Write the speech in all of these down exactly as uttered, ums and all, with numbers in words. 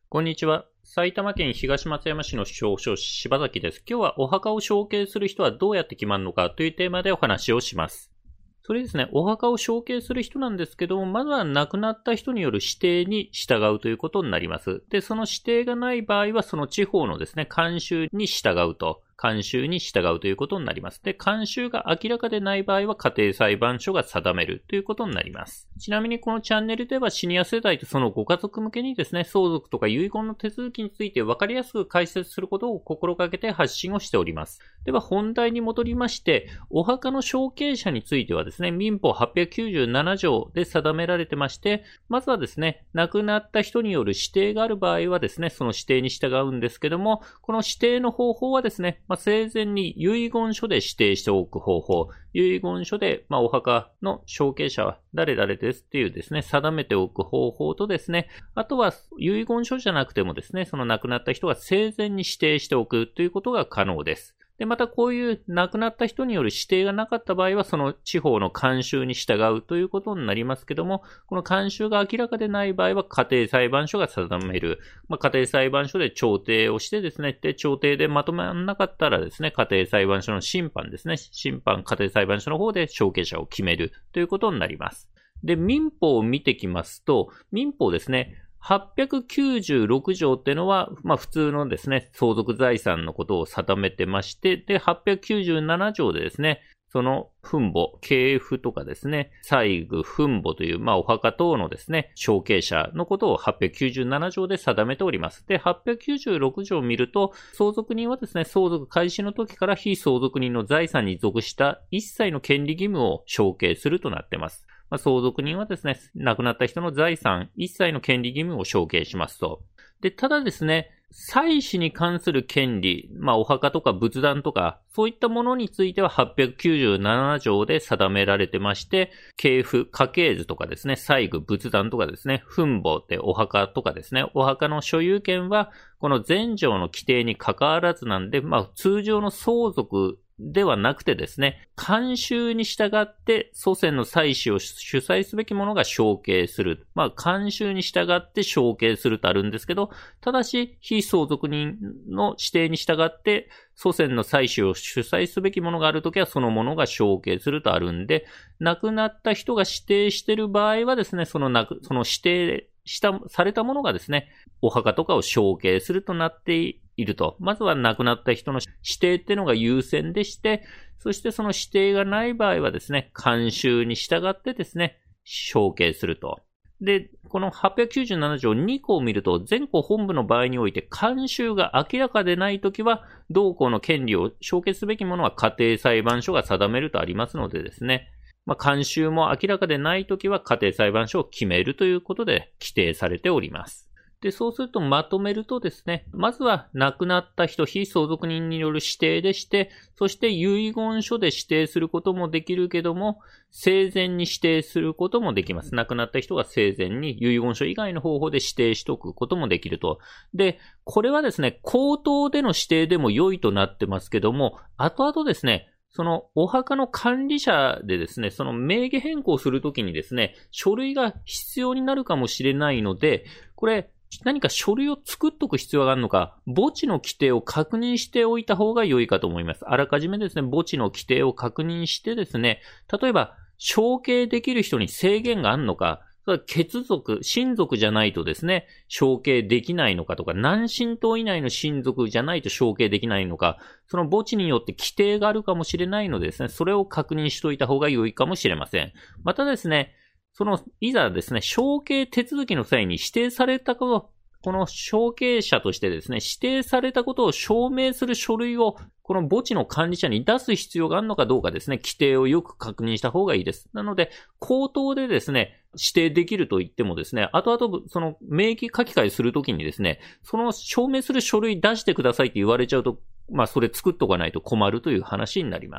こんにちは。埼玉県東松山市の司法書士柴崎です。今日はお墓を承継する人はどうやって決まるのかというテーマでお話をします。それですね、お墓を承継する人なんですけども、まずは亡くなった人による指定に従うということになります。で、その指定がない場合は、その地方のですね、慣習に従うと。慣習に従うということになります。で、慣習が明らかでない場合は家庭裁判所が定めるということになります。ちなみにこのチャンネルではシニア世代とそのご家族向けにですね、相続とか遺言の手続きについて分かりやすく解説することを心がけて発信をしております。では本題に戻りまして、お墓の承継者についてはですね、民法はっぴゃくきゅうじゅうなな条で定められてまして、まずはですね、亡くなった人による指定がある場合はですね、その指定に従うんですけども、この指定の方法はですね、まあ、生前に遺言書で指定しておく方法、遺言書で、まあ、お墓の承継者は誰々ですっていうですね、定めておく方法とですね、あとは遺言書じゃなくてもですね、その亡くなった人が生前に指定しておくということが可能です。で、またこういう亡くなった人による指定がなかった場合は、その地方の慣習に従うということになりますけども、この慣習が明らかでない場合は家庭裁判所が定める。まあ、家庭裁判所で調停をしてですね、で、調停でまとまらなかったらですね、家庭裁判所の審判ですね、審判家庭裁判所の方で承継者を決めるということになります。で、民法を見てきますと、民法ですね、はっぴゃくきゅうじゅうろく条っていうのは、まあ普通のですね、相続財産のことを定めてまして、で、はっぴゃくきゅうじゅうなな条でですね、その墳墓、系譜とかですね、祭具、墳墓という、まあお墓等のですね、承継者のことをはっぴゃくきゅうじゅうなな条で定めております。で、はっぴゃくきゅうじゅうろく条を見ると、相続人はですね、相続開始の時から非相続人の財産に属した一切の権利義務を承継するとなっています。まあ、相続人はですね、亡くなった人の財産、一切の権利義務を承継しますと。で、ただですね、祭祀に関する権利、まあ、お墓とか仏壇とか、そういったものについてははっぴゃくきゅうじゅうなな条で定められてまして、系譜、家系図とかですね、祭具、仏壇とかですね、墳墓ってお墓とかですね、お墓の所有権は、この前条の規定に関わらずなんで、まあ、通常の相続ではなくてですね、慣習に従って祖先の祭祀を主催すべきものが承継する。まあ、慣習に従って承継するとあるんですけど、ただし、非相続人の指定に従って祖先の祭祀を主催すべきものがあるときはそのものが承継するとあるんで、亡くなった人が指定している場合はですね、そのなく、その指定した、されたものがですね、お墓とかを承継するとなっていいると。まずは亡くなった人の指定っていうのが優先でして、そしてその指定がない場合はですね、慣習に従ってですね、承継すると。で、このはっぴゃくきゅうじゅうなな条に項を見ると、前項本部の場合において慣習が明らかでないときは、同項の権利を承継すべきものは家庭裁判所が定めるとありますのでですね、まあ、慣習も明らかでないときは家庭裁判所を決めるということで規定されております。で、そうするとまとめるとですね、まずは亡くなった人、非相続人による指定でして、そして遺言書で指定することもできるけども、生前に指定することもできます。亡くなった人が生前に遺言書以外の方法で指定しておくこともできると。で、これはですね、口頭での指定でも良いとなってますけども、後々ですね、そのお墓の管理者でですね、その名義変更するときにですね、書類が必要になるかもしれないので、これ、何か書類を作っとく必要があるのか、墓地の規定を確認しておいた方が良いかと思います。あらかじめですね、墓地の規定を確認してですね、例えば、承継できる人に制限があるのか、血族、親族じゃないとですね、承継できないのかとか、何親等以内の親族じゃないと承継できないのか、その墓地によって規定があるかもしれないのでですね、それを確認しておいた方が良いかもしれません。またですね、その、いざですね、承継手続きの際に指定されたこと、この承継者としてですね、指定されたことを証明する書類を、この墓地の管理者に出す必要があるのかどうかですね、規定をよく確認した方がいいです。なので、口頭でですね、指定できると言ってもですね、後々、その名義書き換えするときにですね、その証明する書類出してくださいって言われちゃうと、まあ、それ作っとかないと困るという話になります。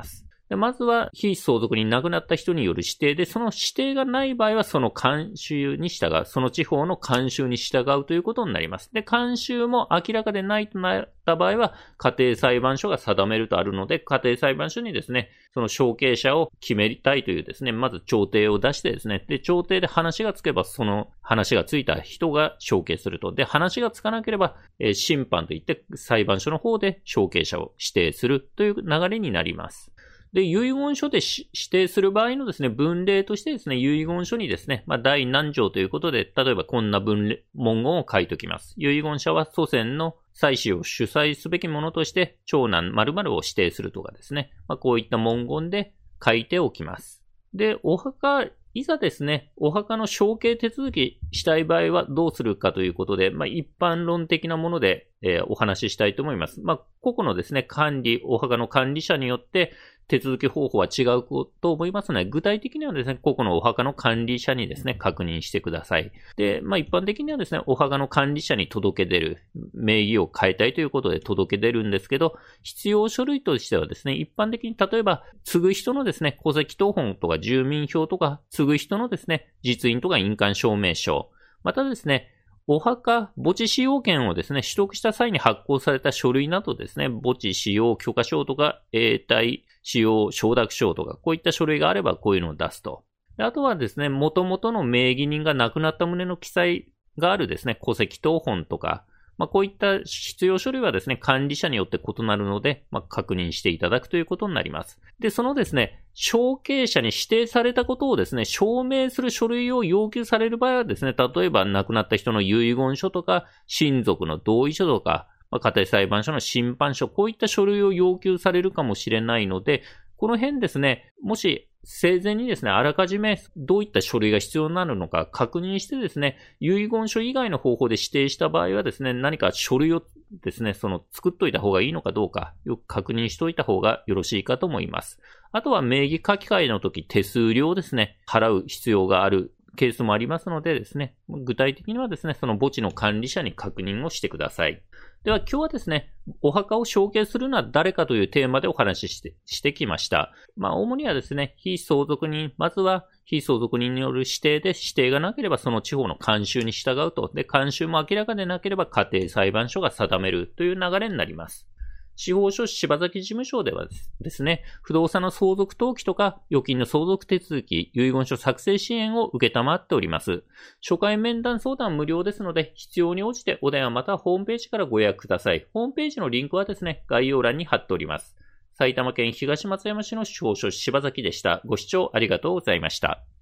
でまずは、非相続人亡くなった人による指定で、その指定がない場合は、その慣習に従う、その地方の慣習に従うということになります。で、慣習も明らかでないとなった場合は、家庭裁判所が定めるとあるので、家庭裁判所にですね、その承継者を決めたいというですね、まず調停を出してですね、で、調停で話がつけば、その話がついた人が承継すると。で、話がつかなければ、えー、審判といって裁判所の方で承継者を指定するという流れになります。で、遺言書で指定する場合のですね、文例としてですね、遺言書にですね、まあ、第何条ということで、例えばこんな文例、文言を書いておきます。遺言者は祖先の祭祀を主催すべきものとして、長男〇〇を指定するとかですね、まあ、こういった文言で書いておきます。で、お墓、いざですね、お墓の承継手続きしたい場合はどうするかということで、まあ、一般論的なもので、えー、お話ししたいと思います。まあ、個々のですね、管理、お墓の管理者によって手続き方法は違うと思いますので、具体的にはですね、個々のお墓の管理者にですね、確認してください。で、まあ、一般的にはですね、お墓の管理者に届け出る、名義を変えたいということで届け出るんですけど、必要書類としてはですね、一般的に例えば、継ぐ人のですね、戸籍謄本とか住民票とか、継ぐ人のですね、実印とか印鑑証明書、またですね、お墓、墓地使用権をですね、取得した際に発行された書類などですね、墓地使用許可証とか、永代使用承諾書とか、こういった書類があればこういうのを出すと。あとはですね、元々の名義人が亡くなった旨の記載があるですね、戸籍謄本とか、まあ、こういった必要書類はですね、管理者によって異なるので、まあ、確認していただくということになります。で、そのですね、承継者に指定されたことをですね、証明する書類を要求される場合はですね、例えば亡くなった人の遺言書とか、親族の同意書とか、まあ、家庭裁判所の審判書、こういった書類を要求されるかもしれないので、この辺ですね、もし生前にですね、あらかじめどういった書類が必要になるのか確認してですね、遺言書以外の方法で指定した場合はですね、何か書類をですね、その作っといた方がいいのかどうか、よく確認しといた方がよろしいかと思います。あとは名義書き換えの時手数料をですね、払う必要があるケースもありますのでですね、具体的にはですね、その墓地の管理者に確認をしてください。では今日はですね、お墓を承継するのは誰かというテーマでお話しして、してきました。まあ主にはですね、非相続人、まずは非相続人による指定で、指定がなければその地方の慣習に従うと。で、慣習も明らかでなければ家庭裁判所が定めるという流れになります。司法書柴崎事務所ではですね、不動産の相続登記とか預金の相続手続き、遺言書作成支援を受けたまっております。初回面談相談無料ですので、必要に応じてお電話またはホームページからご予約ください。ホームページのリンクはですね、概要欄に貼っております。埼玉県東松山市の司法書柴崎でした。ご視聴ありがとうございました。